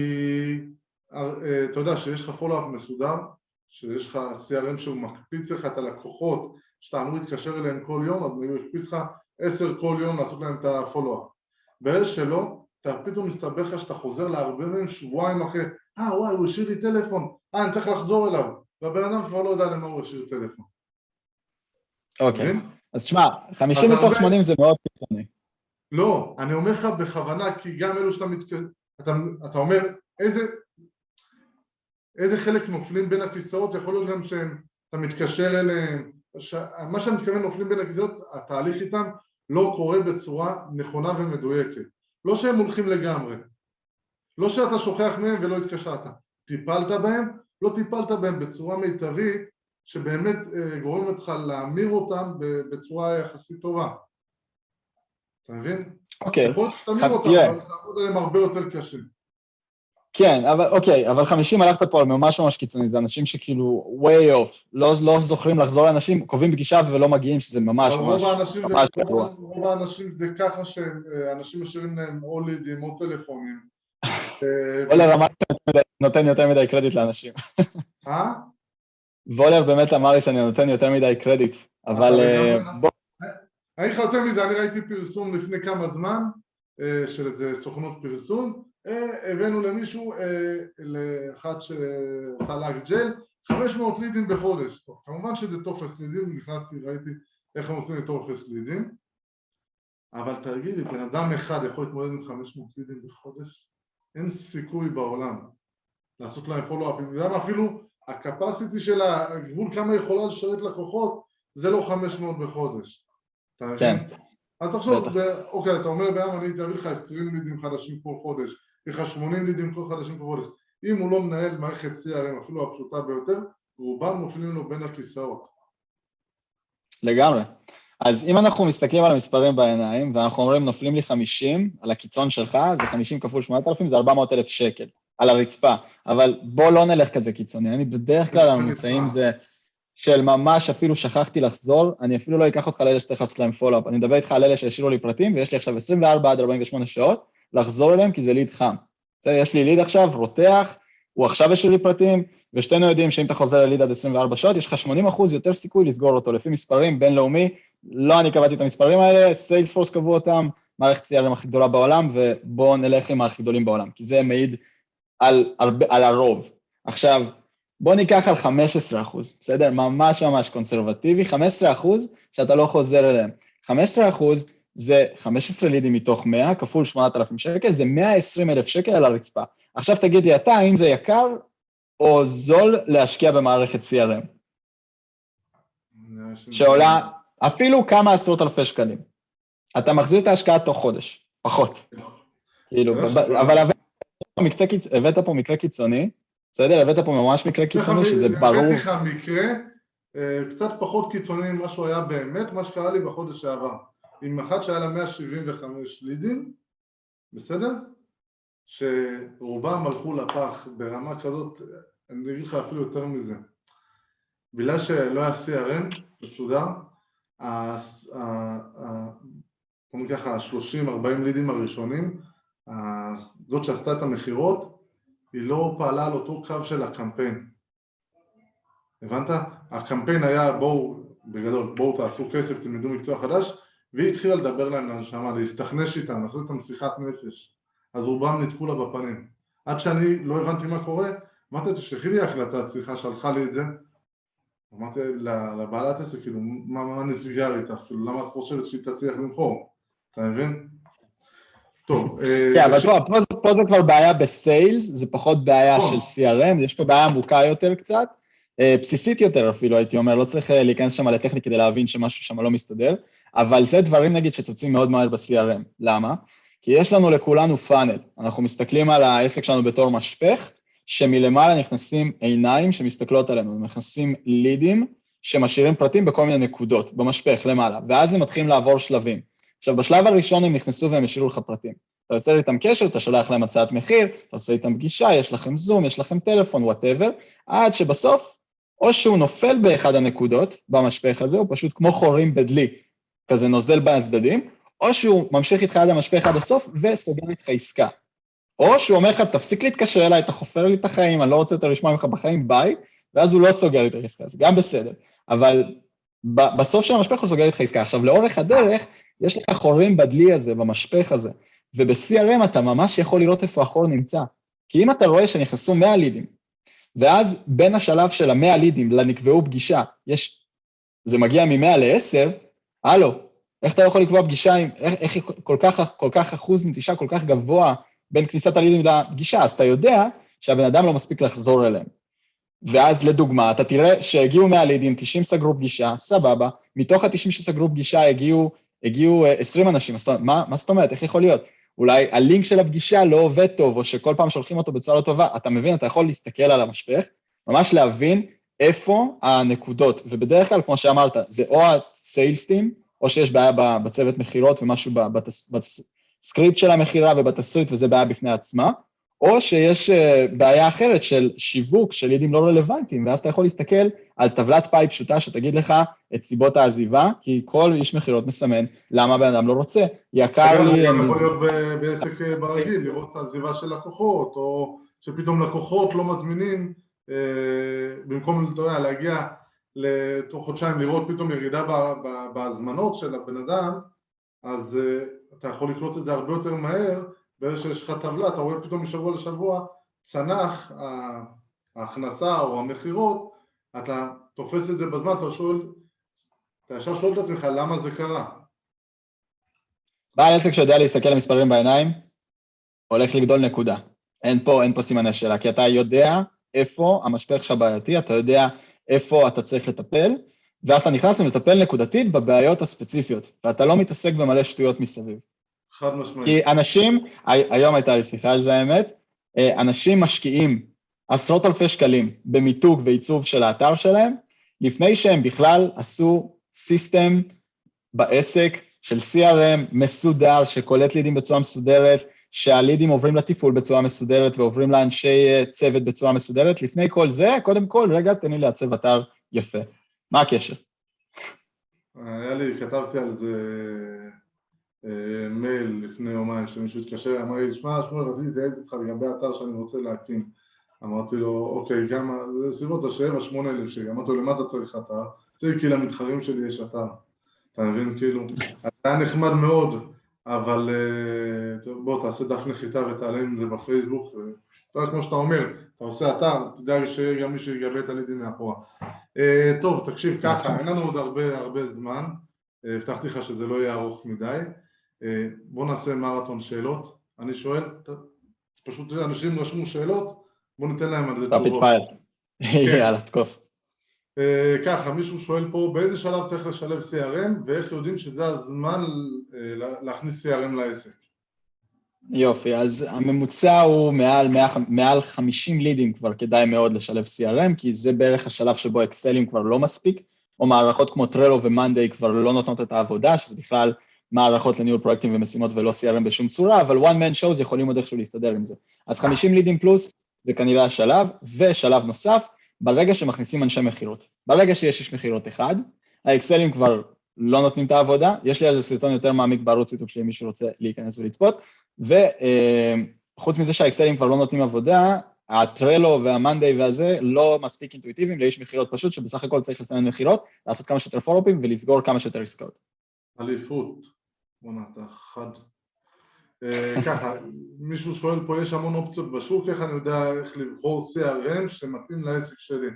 אתה יודע שיש לך פולו-אפ מסודר, שיש לך סי אר אם שהוא מקפיץ לך את הלקוחות, שאתה אמור להתקשר אליהם כל יום, אז הוא יקפיץ לך עשר כל יום לעשות להם את הפולו-אפ. באיזה שלא, אתה פתאום מסתבך לך שאתה חוזר להרבה מהם שבועיים אחרי, אה וואי, הוא השאיר לי טלפון, אה אני צריך לחזור אליו, והבן אדם כבר לא יודע למה הוא השאיר טלפון. אוקיי, אז תשמע, חמישים מתוך שמונים זה מאוד קיצוני. לא, אני אומר לך בכוונה, כי גם אלו שאתה מתקשר, אתה אומר, איזה איזה חלק נופלים בין הכיסאות, יכול להיות גם שאתה מתקשר אליהם, מה שאני מתכוון נופלים בין הכיסאות, התהליך איתם לא קורה בצורה נכונה ומדויקת. לא שהם הולכים לגמרי, לא שאתה שוכח מהם ולא התקשרת, טיפלת בהם, לא טיפלת בהם בצורה מיטבית, שבאמת גורם אותך להמיר אותם בצורה יחסית טובה. אתה מבין? אוקיי. יכול להיות שתמיר אותם, אבל תעבוד עליהם הרבה יותר קשה. כן, אבל אוקיי, אבל חמישים הלכת פה על ממש ממש קיצוני, זה אנשים שכאילו way off, לא, לא זוכרים לחזור לאנשים, קובעים פגישה ולא מגיעים, שזה ממש ממש, ממש גרוע. רוב האנשים זה ככה שאנשים משאירים להם או לידים או טלפונים. וולר אמר שאני נותן יותר מדי קרדיט לאנשים. אה? וולר באמת אמר לי שאני נותן יותר מדי קרדיט, אבל בוא... אני לך יותר מזה, אני ראיתי פרסום לפני כמה זמן, של איזה סוכנות פרסום, הבאנו למישהו, לאחד שעושה לאגג'ל, חמש מאות לידים בחודש. טוב, כמובן שזה טופס לידים, נכנסתי, ראיתי איך הם עושים את טופס לידים, אבל תגידי, בן אדם אחד יכול להתמודד עם חמש מאות לידים בחודש? אין סיכוי בעולם לעשות להם פולו-אפים, וגם אפילו הקפסיטי של הגבול כמה יכולה לשרת לקוחות, זה לא חמש מאות בחודש. אתה מבין? אז תחשוב, אוקיי, אתה אומר בעם, אני אתביא לך עשרים לידים חדשים כל חודש, יש לך שמונים לידים כל חדשים כל חודש. אם הוא לא מנהל מערכת סי אר אם, אפילו הפשוטה ביותר, רובם נופלים לו בין הכיסאות. לגמרי. אז אם אנחנו מסתכלים על המספרים בעיניים, ואנחנו אומרים, נופלים לי חמישים, על הקיצון שלך, זה חמישים כפול שמונת אלפים, זה ארבע מאות אלף שקל, על הרצפה. אבל בוא לא נלך כזה קיצוני, אני בדרך כלל הממוצעים זה של ממש אפילו שכחתי לחזור, אני אפילו לא אקח אותך לאלה שצריך לעשות להם פולו-אפ, אני מדבר איתך על אלה שהשאירו לי פרטים, ויש לי עכשיו עשרים וארבע עד ארבעים ושמונה שעות, לחזור אליהם, כי זה ליד חם. יש לי ליד עכשיו, רותח, הוא עכשיו השאיר לי פרטים, ושתינו יודעים שאם אתה חוזר לליד עד עשרים וארבע שעות, יש לך שמונים אחוז יותר סיכוי לסגור אותו, לפי מספרים בינלאומי, לא אני קבעתי את המספרים האלה, סיילספורס קבעו אותם, מערכת סי אר אם הכי גדולה בעולם, ובואו נלך עם הכי גדולים בעולם, כי זה מעיד על, על הרוב. עכשיו, בואו ניקח על חמישה עשר אחוז, בסדר? ממש ממש קונסרבטיבי, חמישה עשר אחוז שאתה לא חוזר אליהם. חמישה עשר אחוז זה חמישה עשר לידים מתוך מאה, כפול שמונת אלפים שקל, זה מאה ועשרים אלף שקל על הרצפה. עכשיו תגיד לי אתה, האם זה יקר או זול להשקיע במערכת סי אר אם? שעולה אפילו כמה עשרות אלפי שקלים. אתה מחזיר את ההשקעה תוך חודש, פחות. כאילו, אבל הבאת פה מקרה קיצוני, בסדר? הבאת פה ממש מקרה קיצוני שזה ברור. הבאתי לך מקרה, קצת פחות קיצוני ממה שהוא היה באמת, מה שקרה לי בחודש שעבר. עם אחת שהיה לה מאה שבעים וחמישה לידים, בסדר? שרובם הלכו לפח ברמה כזאת, אני אגיד לך אפילו יותר מזה. בגלל שלא היה סי אר אם מסודר, בואו ניקח ה-שלושים ארבעים לידים הראשונים, זאת שעשתה את המחירות, היא לא פעלה על אותו קו של הקמפיין. הבנת? הקמפיין היה בואו, בגדול, בואו תעשו כסף, תלמדו מקצוע חדש, והיא התחילה לדבר להם לנשמה, להסתכנש איתם, לעשות איתם שיחת נפש. אז רובם נתקו לה בפנים. עד שאני לא הבנתי מה קורה, אמרתי, תשלחי לי הקלטת שיחה, שלחה לי את זה, אמרתי לבעלת עסק, כאילו, מה, מה נסגר איתך? כאילו, למה את חושבת שהיא תצליח למכור? אתה מבין? טוב. כן, אבל פה זה כבר בעיה בסיילס, זה פחות בעיה של סי אר אם, יש פה בעיה עמוקה יותר קצת, בסיסית יותר אפילו, הייתי אומר, לא צריך להיכנס שם לטכניקה כדי להבין שמשהו שם לא מסתדר, אבל זה דברים נגיד שצצים מאוד מהר ב-סי אר אם. למה? כי יש לנו לכולנו פאנל, אנחנו מסתכלים על העסק שלנו בתור משפך, שמלמעלה נכנסים עיניים שמסתכלות עלינו, נכנסים לידים שמשאירים פרטים בכל מיני נקודות, במשפך למעלה, ואז הם מתחילים לעבור שלבים. עכשיו, בשלב הראשון הם נכנסו והם השאירו לך פרטים. אתה עושה איתם קשר, אתה שולח להם הצעת מחיר, אתה עושה איתם פגישה, יש לכם זום, יש לכם טלפון, whatever, עד שבסוף, או שהוא נופל באחד הנקודות במשפך הזה, הוא פשוט כמו חורים בדלי, כזה נוזל בהצדדים, או שהוא ממשיך איתך עד המשפך עד הסוף וסוגר איתך עסקה. או שהוא אומר לך, תפסיק להתקשר אליי, אתה חופר לי את החיים, אני לא רוצה יותר לשמוע ממך בחיים, ביי, ואז הוא לא סוגר איתך עסקה, זה גם בסדר. אבל בסוף של המשפך הוא סוגר איתך עסקה. עכשיו, לאורך הדרך, יש לך חורים בדלי הזה, במשפך הזה, וב-סי אר אם אתה ממש יכול לראות איפה החור נמצא. כי אם אתה רואה שנכנסו מאה לידים, ואז בין השלב של ה-מאה לידים לנקבעו פגישה, יש, זה מגיע מ-מאה ל-עשר, הלו, איך אתה יכול לקבוע פגישה, עם, איך, איך כל כך, כל כך אחוז נטישה כל כך גבוה בין כניסת הלידים לפגישה, אז אתה יודע שהבן אדם לא מספיק לחזור אליהם. ואז לדוגמה, אתה תראה שהגיעו מאה לידים, תשעים סגרו פגישה, סבבה, מתוך ה-תשעים שסגרו פגישה הגיעו, הגיעו עשרים אנשים, מה, מה זאת אומרת, איך יכול להיות? אולי הלינק של הפגישה לא עובד טוב, או שכל פעם שולחים אותו בצורה לא טובה, אתה מבין, אתה יכול להסתכל על המשפך, ממש להבין איפה הנקודות, ובדרך כלל, כמו שאמרת, זה או הסיילס טים, או שיש בעיה בצוות מחירות ומשהו בסקריפט של המחירה ובתסריט, וזה בעיה בפני עצמה, או שיש בעיה אחרת של שיווק, של ידים לא רלוונטיים, ואז אתה יכול להסתכל על טבלת פאי פשוטה שתגיד לך את סיבות העזיבה, כי כל איש מחירות מסמן למה הבן אדם לא רוצה. יקר לי... זה יכול להיות בעסק ברגיל, לראות את העזיבה של לקוחות, או שפתאום לקוחות לא מזמינים, במקום להגיע לתוך חודשיים לראות פתאום ירידה בהזמנות של הבן אדם, אז אתה יכול לקלוט את זה הרבה יותר מהר, ברגע שיש לך טבלה, אתה רואה פתאום משבוע לשבוע, צנח ההכנסה או המחירות, אתה תופס את זה בזמן, אתה שואל, אתה ישר שואל את עצמך, למה זה קרה? בעל עסק שיודע להסתכל למספרים בעיניים, הולך לגדול נקודה. אין פה, אין פה סימני שאלה, כי אתה יודע איפה המשפך שבעייתי, אתה יודע איפה אתה צריך לטפל, ואז אתה נכנס ומטפל נקודתית בבעיות הספציפיות, ואתה לא מתעסק במלא שטויות מסביב. חד משמעית. כי אנשים, היום הייתה לי שיחה על זה האמת, אנשים משקיעים עשרות אלפי שקלים במיתוג ועיצוב של האתר שלהם, לפני שהם בכלל עשו סיסטם בעסק של סי אר אם מסודר, שקולט לידים בצורה מסודרת, שהלידים עוברים לטיפול בצורה מסודרת, ועוברים לאנשי צוות בצורה מסודרת. לפני כל זה, קודם כל, רגע, תן לי לעצב אתר יפה. מה הקשר? היה לי, כתבתי על זה מייל לפני יומיים, שמישהו התקשר, אמר לי, שמע, שמואל, רציתי להתייעץ איתך לגבי אתר שאני רוצה להקים. אמרתי לו, אוקיי, כמה, זה סביבות השבע, שמונה אלף שקל. אמרתי לו, למה אתה צריך אתר? צריך כי למתחרים שלי יש אתר. אתה מבין, כאילו, היה נחמד מאוד, אבל בוא, תעשה דף נחיתה ותעלה עם זה בפייסבוק, ואתה, כמו שאתה אומר, אתה עושה אתר, תדאג שיהיה גם מי שיגבה את הלידים מאחורה. טוב, תקשיב ככה, אין לנו עוד הרבה הרבה זמן, הבטחתי לך שזה לא יהיה ארוך מדי, בוא נעשה מרתון שאלות, אני שואל, פשוט אנשים רשמו שאלות, בוא ניתן להם עד לתשובות. רפיד פייר, יאללה, תקוף. ככה, מישהו שואל פה, באיזה שלב צריך לשלב סי אר אם, ואיך יודעים שזה הזמן להכניס סי אר אם לעסק? יופי, אז הממוצע הוא מעל, מעל חמישים לידים כבר כדאי מאוד לשלב סי אר אם, כי זה בערך השלב שבו אקסלים כבר לא מספיק, או מערכות כמו טרלו ומנדיי כבר לא נותנות את העבודה, שזה בכלל מערכות לניהול פרויקטים ומשימות ולא סי אר אם בשום צורה, אבל one man shows יכולים עוד איכשהו להסתדר עם זה. אז חמישים לידים פלוס זה כנראה השלב, ושלב נוסף, ברגע שמכניסים אנשי מחירות. ברגע שיש איש מחירות אחד, האקסלים כבר לא נותנים את העבודה, יש לי על זה סרטון יותר מעמיק בערוץ יוטיוב שלי, מישהו רוצה להיכנס ולצפות, וחוץ מזה שהאקסלים כבר לא נותנים עבודה, הטרלו והמנדיי והזה לא מספיק אינטואיטיביים לאיש מחירות פשוט, שבסך הכל צריך לסמן מחירות, לעשות כמה שיותר פולו-אפים ולסגור כמה שיותר עסקאות. אליפות, בוא נעתה חד. ככה, מישהו שואל פה, יש המון אופציות בשוק, איך אני יודע איך לבחור סי אר אם שמתאים לעסק שלי?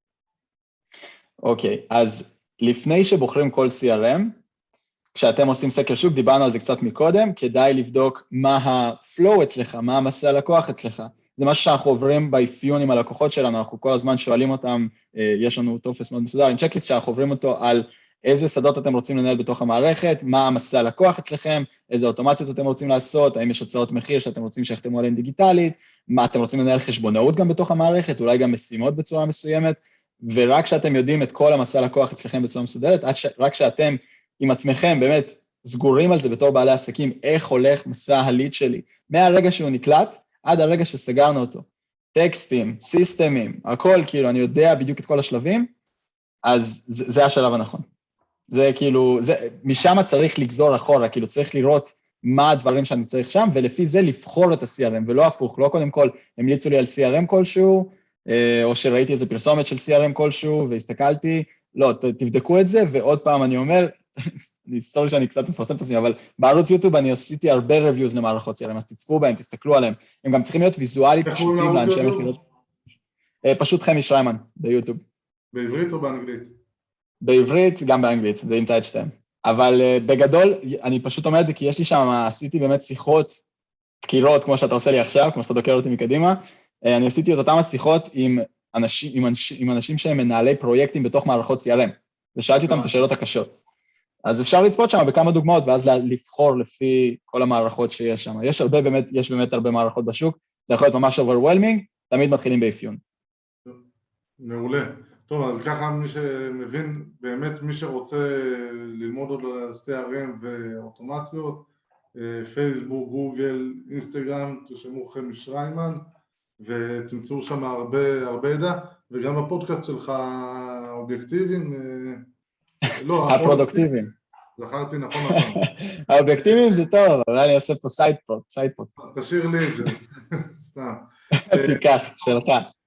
אוקיי, אז לפני שבוחרים כל סי אר אם, כשאתם עושים סקר שוק, דיברנו על זה קצת מקודם, כדאי לבדוק מה ה-flow אצלך, מה המסע הלקוח אצלך. זה משהו שאנחנו עוברים באפיון עם הלקוחות שלנו, אנחנו כל הזמן שואלים אותם, יש לנו טופס מאוד מסודר, עם צ'קליסט שאנחנו עוברים אותו על איזה שדות אתם רוצים לנהל בתוך המערכת, מה המסע הלקוח אצלכם, איזה אוטומציות אתם רוצים לעשות, האם יש הצעות מחיר שאתם רוצים שיחתמו עליהן דיגיטלית, מה אתם רוצים לנהל חשבונאות גם בתוך המערכת, אולי גם משימות בצורה מסוימת, ורק שאתם יודעים את כל המסע הלקוח אצלכם בצורה מסודרת, רק שאתם עם עצמכם באמת סגורים על זה בתור בעלי עסקים, איך הולך מסע הליד שלי, מהרגע שהוא נקלט עד הרגע שסגרנו אותו, טקסטים, סיסטמים, הכל, כאילו, אני יודע בדיוק את כל השלבים, אז זה, זה השלב הנכון. זה כאילו, זה, משם צריך לגזור אחורה, כאילו צריך לראות מה הדברים שאני צריך שם, ולפי זה לבחור את ה-סי אר אם, ולא הפוך, לא קודם כל, המליצו לי על סי אר אם כלשהו, או שראיתי איזה פרסומת של סי אר אם כלשהו, והסתכלתי, לא, תבדקו את זה, ועוד פעם אני אומר, אני סורי שאני קצת מפרסם את עצמי, אבל בערוץ יוטיוב אני עשיתי הרבה reviews למערכות סי אר אם, אז תצפו בהם, תסתכלו עליהם, הם גם צריכים להיות ויזואלית פשוטים לאנשי מחירות. פשוט חמי שריימן, ביוטיוב. בעברית או באנגלית? בעברית, גם באנגלית, זה ימצא את שתיהם. אבל בגדול, אני פשוט אומר את זה, כי יש לי שם, עשיתי באמת שיחות, דקירות, כמו שאתה עושה לי עכשיו, כמו שאתה דוקר אותי מקדימה, אני עשיתי את אותם השיחות עם אנשים, עם אנשים, עם אנשים שהם מנהלי פרויקטים בתוך מערכות סי אר אם, ושאלתי אותם את השאלות הקשות. אז אפשר לצפות שם בכמה דוגמאות, ואז לבחור לפי כל המערכות שיש שם. יש הרבה, באמת, יש באמת הרבה מערכות בשוק, זה יכול להיות ממש overwhelming, תמיד מתחילים באפיון. מעולה. טוב, אז ככה מי שמבין, באמת מי שרוצה ללמוד עוד על סי אר אם ואוטומציות, פייסבוק, גוגל, אינסטגרם, תרשמו חמי שריימן, ותמצאו שם הרבה, הרבה ידע, וגם הפודקאסט שלך אובייקטיביים, לא, הפרודוקטיביים. זכרתי נכון נכון. האובייקטיביים זה טוב, אבל אני אעשה פה סייד פוד, סייד פוד. אז תשאיר לי את זה, סתם. תיקח, שלך.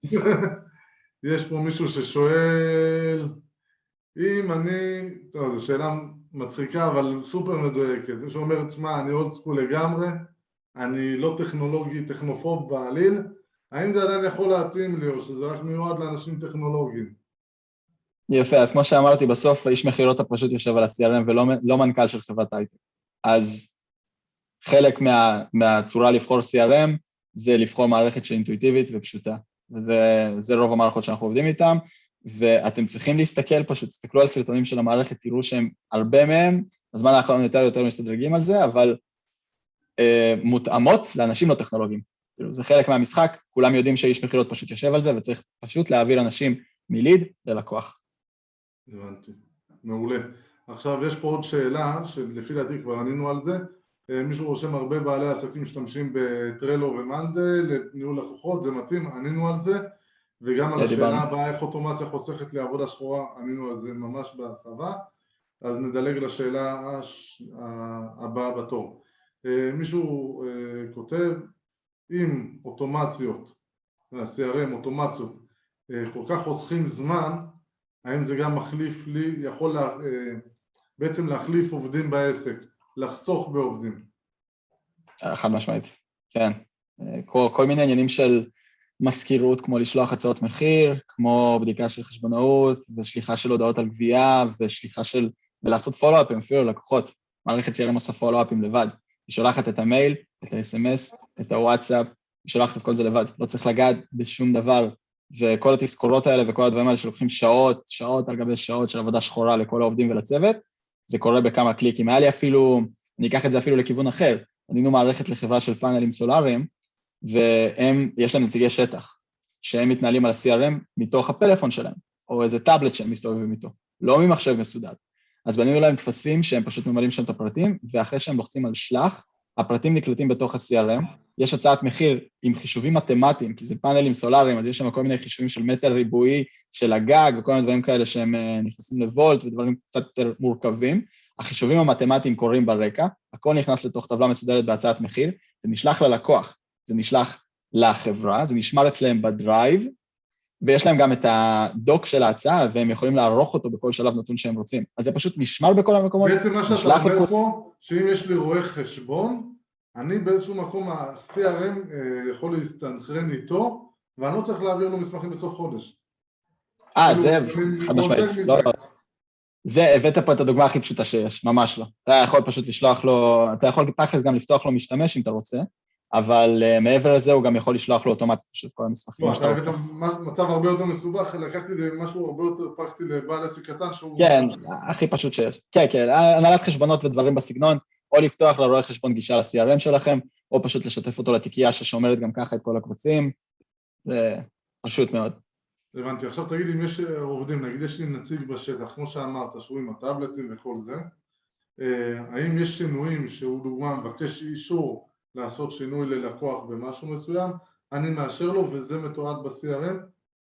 יש פה מישהו ששואל, אם אני, טוב, זו שאלה מצחיקה, אבל סופר מדויקת, מישהו אומר, תשמע, אני עוד סקול לגמרי, אני לא טכנולוגי, טכנופוב בעליל, האם זה עדיין יכול להתאים לי, או שזה רק מיועד לאנשים טכנולוגיים? יפה, אז כמו שאמרתי, בסוף איש מחירות הפשוט יושב על ה-סי אר אם ולא לא מנכ"ל של חברת הייטק. אז חלק מה, מהצורה לבחור סי אר אם זה לבחור מערכת שאינטואיטיבית ופשוטה. וזה זה רוב המערכות שאנחנו עובדים איתן, ואתם צריכים להסתכל פשוט, תסתכלו על סרטונים של המערכת, תראו שהם הרבה מהם, הזמן האחרון יותר יותר מסתדרגים על זה, אבל אה, מותאמות לאנשים לא טכנולוגיים. זה חלק מהמשחק, כולם יודעים שאיש מחירות פשוט יושב על זה, וצריך פשוט להעביר אנשים מליד ללקוח. הבנתי, מעולה. עכשיו יש פה עוד שאלה, שלפי דעתי כבר ענינו על זה, מישהו רושם הרבה בעלי עסקים משתמשים בטרלו ומנדה לניהול לקוחות, זה מתאים, ענינו על זה, וגם על השאלה הבאה, איך אוטומציה חוסכת לי עבודה שחורה, ענינו על זה ממש בהרחבה, אז נדלג לשאלה הבאה בתור. מישהו כותב, אם אוטומציות, סי אר אם, אוטומציות, כל כך חוסכים זמן, האם זה גם מחליף לי, יכול לה, בעצם להחליף עובדים בעסק, לחסוך בעובדים? חד משמעית, כן. כל, כל מיני עניינים של מזכירות, כמו לשלוח הצעות מחיר, כמו בדיקה של חשבונאות, ושליחה של הודעות על גבייה, ושליחה של, ולעשות פולו-אפים, אפילו לקוחות. מערכת סי אר אם עושה פולו-אפים לבד. היא שולחת את המייל, את ה-אס אם אס, את הוואטסאפ, היא שולחת את כל זה לבד. לא צריך לגעת בשום דבר. וכל התזכורות האלה וכל הדברים האלה שלוקחים שעות, שעות על גבי שעות של עבודה שחורה לכל העובדים ולצוות, זה קורה בכמה קליקים. היה לי אפילו, אני אקח את זה אפילו לכיוון אחר, ענינו מערכת לחברה של פאנלים סולאריים, והם, יש להם נציגי שטח, שהם מתנהלים על ה-סי אר אם מתוך הפלאפון שלהם, או איזה טאבלט שהם מסתובבים איתו, לא ממחשב מסודר. אז בנינו להם תפסים שהם פשוט ממלאים שם את הפרטים, ואחרי שהם לוחצים על שלח, הפרטים נקלטים בתוך ה-סי אר אם, יש הצעת מחיר עם חישובים מתמטיים, כי זה פאנלים סולאריים, אז יש שם כל מיני חישובים של מטר ריבועי, של הגג, וכל מיני דברים כאלה שהם נכנסים לוולט, ודברים קצת יותר מורכבים. החישובים המתמטיים קורים ברקע, הכל נכנס לתוך טבלה מסודרת בהצעת מחיר, זה נשלח ללקוח, זה נשלח לחברה, זה נשמר אצלם בדרייב, ויש להם גם את הדוק של ההצעה, והם יכולים לערוך אותו בכל שלב נתון שהם רוצים. אז זה פשוט נשמר בכל המקומות. בעצם מה שאתה אומר לכל... פה, שאם יש לי רואה חשבון, אני באיזשהו מקום, ה-סי אר אם יכול להסתנכרן איתו, ואני לא צריך להעביר לו מסמכים בסוף חודש. אה, זה חד משמעית. לא, לא. זה, הבאת פה את הדוגמה הכי פשוטה שיש, ממש לא. אתה יכול פשוט לשלוח לו, אתה יכול תכלס גם לפתוח לו משתמש אם אתה רוצה, אבל uh, מעבר לזה הוא גם יכול לשלוח לו אוטומטית פשוט כל המסמכים. לא, אתה הבאת מצב הרבה יותר מסובך, לקחתי את זה משהו הרבה יותר פרקטי לבעל עסק קטן שהוא... כן, הכי פשוט שיש. כן, כן, הנהלת חשבונות ודברים בסגנון, או לפתוח לרואה חשבון גישה ל-סי אר אם שלכם, או פשוט לשתף אותו לתיקייה ששומרת גם ככה את כל הקבצים, זה פשוט מאוד. הבנתי, עכשיו תגיד אם יש עובדים, נגיד יש לי נציג בשטח, כמו שאמרת, שהוא עם הטאבלטים וכל זה, האם יש שינויים שהוא דוגמה מבקש אישור לעשות שינוי ללקוח במשהו מסוים, אני מאשר לו וזה מתועד ב-סי אר אם?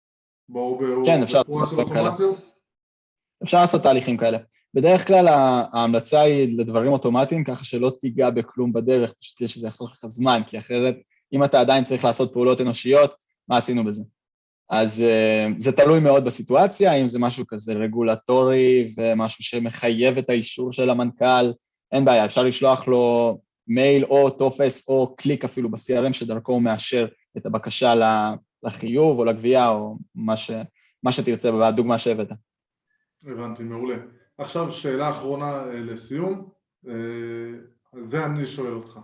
כן, אפשר לעשות כאלה. אפשר לעשות תהליכים כאלה. בדרך כלל ההמלצה היא לדברים אוטומטיים, ככה שלא תיגע בכלום בדרך, פשוט יש שזה יחסוך לך זמן, כי אחרת, אם אתה עדיין צריך לעשות פעולות אנושיות, מה עשינו בזה? אז זה תלוי מאוד בסיטואציה, אם זה משהו כזה רגולטורי, ומשהו שמחייב את האישור של המנכ"ל, אין בעיה, אפשר לשלוח לו מייל או טופס או קליק אפילו ב-סי אר אם, שדרכו הוא מאשר את הבקשה לחיוב או לגבייה, או מה, ש, מה שתרצה בדוגמה שהבאת. הבנתי, מעולה. עכשיו שאלה אחרונה לסיום, זה אני שואל אותך.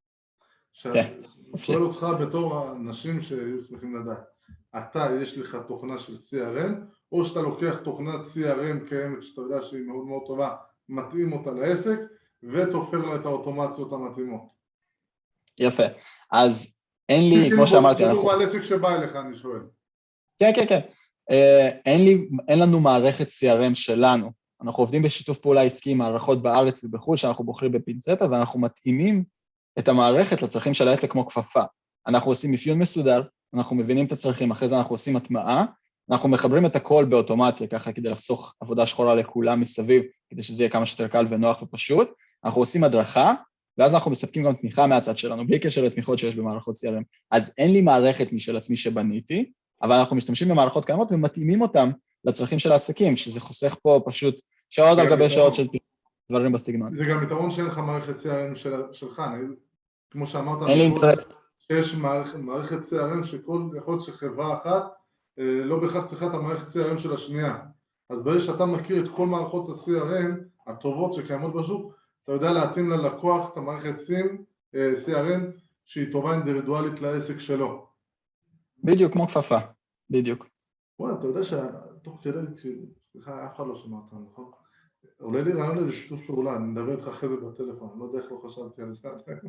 כן. שואל אותך בתור האנשים שהיו שמחים לדעת, אתה יש לך תוכנה של סי אר אם, או שאתה לוקח תוכנת סי אר אם קיימת שאתה יודע שהיא מאוד מאוד טובה, מתאים אותה לעסק, ותופר לה את האוטומציות המתאימות. יפה. אז אין לי, כמו שאמרתי, אנחנו... בתור בעל עסק שבא אליך, אני שואל. כן, כן, כן. אין לי, אין לנו מערכת סי אר אם שלנו. אנחנו עובדים בשיתוף פעולה עסקי עם מערכות בארץ ובחו"ל, שאנחנו בוחרים בפינצטה, ואנחנו מתאימים את המערכת לצרכים של העסק כמו כפפה. אנחנו עושים אפיון מסודר, אנחנו מבינים את הצרכים, אחרי זה אנחנו עושים הטמעה, אנחנו מחברים את הכל באוטומציה, ככה כדי לחסוך עבודה שחורה לכולם מסביב, כדי שזה יהיה כמה שיותר קל ונוח ופשוט. אנחנו עושים הדרכה, ואז אנחנו מספקים גם תמיכה מהצד שלנו, בלי קשר לתמיכות שיש במערכות סי אר אם. אז אין לי מערכת משל עצמי שבניתי, אבל אנחנו משתמשים במערכות קיימות ומתאימים אותם לצרכים של העסקים, שזה חוסך פה פשוט שעות על גבי שעות של דברים בסגנון. זה גם יתרון שאין לך מערכת סי אר אם שלך, כמו שאמרת, אין לי אינטרס. יש מערכת סי אר אם שכל יכול להיות שחברה אחת לא בהכרח צריכה את המערכת סי אר אם של השנייה. אז ברגע שאתה מכיר את כל מערכות ה-סי אר אם הטובות שקיימות בשוק, אתה יודע להתאים ללקוח את המערכת סי אר אם שהיא טובה אינדיבידואלית לעסק שלו. בדיוק, כמו כפפה, בדיוק. וואי, אתה יודע שתוך כדי, סליחה, אף אחד לא שמע אותנו, נכון? עולה לי רעיון לזה שיתוף פעולה, אני מדבר איתך אחרי זה בטלפון, אני לא יודע איך לא חשבתי על זה.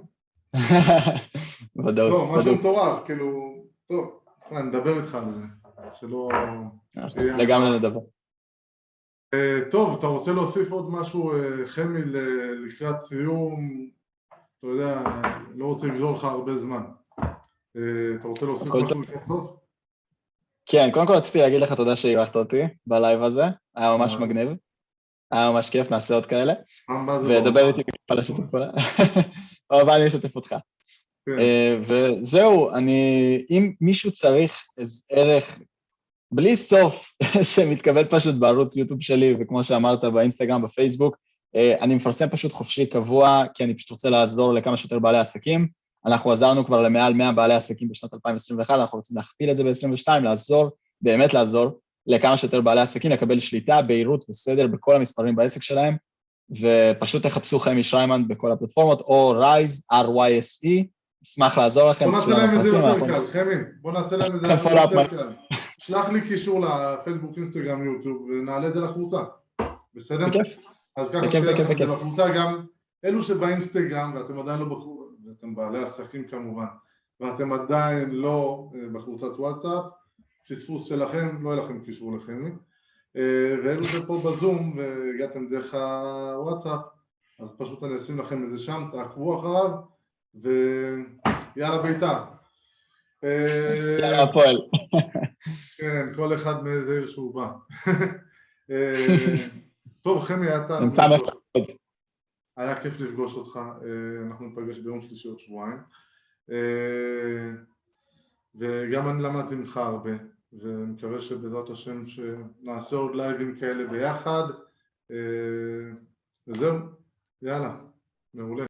ודאות. לא, משהו מטורף, כאילו, טוב, אני מדבר איתך על זה, שלא... לגמרי נדבר. טוב, אתה רוצה להוסיף עוד משהו, חמי, לקראת סיום? אתה יודע, לא רוצה לגזור לך הרבה זמן. אתה רוצה להוסיף משהו לקראת סוף? כן, קודם כל רציתי להגיד לך תודה שאירחת אותי בלייב הזה, היה ממש מגניב, היה ממש כיף, נעשה עוד כאלה, ודבר איתי על השיתוף פעולה, אבל אני אשתף אותך. וזהו, אם מישהו צריך איזה ערך, בלי סוף, שמתקבל פשוט בערוץ יוטיוב שלי, וכמו שאמרת באינסטגרם, בפייסבוק, אני מפרסם פשוט חופשי קבוע, כי אני פשוט רוצה לעזור לכמה שיותר בעלי עסקים, אנחנו עזרנו כבר למעל מאה בעלי עסקים בשנת אלפיים עשרים ואחת, אנחנו רוצים להכפיל את זה ב-עשרים ושתיים, לעזור, באמת לעזור, לכמה שיותר בעלי עסקים, לקבל שליטה, בהירות וסדר בכל המספרים בעסק שלהם, ופשוט תחפשו חמי שריימן בכל הפלטפורמות, או רייז, אר וואי אס אי, אשמח לעזור לכם. בוא נעשה להם את זה יותר קל, חמי, בוא נעשה להם את זה יותר קל. שלח לי קישור לפייסבוק, אינסטגרם, יוטיוב, ונעלה את זה לקבוצה, בסדר? בכיף. אז ככה שיהיה לכם את זה בקבוצה, גם אלו שבאינסטגרם, ואתם עדיין לא בקבוצה, ואתם בעלי עסקים כמובן, ואתם עדיין לא בקבוצת וואטסאפ, פספוס שלכם, לא יהיה לכם קישור לחמי, ואלו שפה בזום והגעתם דרך הוואטסאפ, אז פשוט אני אשים לכם את זה שם, תעקבו אחריו, ויאללה בית"ר. יאללה הפועל. כן, כל אחד מאיזה עיר שהוא בא. טוב, חמי, היה כיף לפגוש אותך, אנחנו נפגש ביום שלישי עוד שבועיים, וגם אני למדתי ממך הרבה, ומקווה שבעזרת השם שנעשה עוד לייבים כאלה ביחד, וזהו, יאללה, מעולה.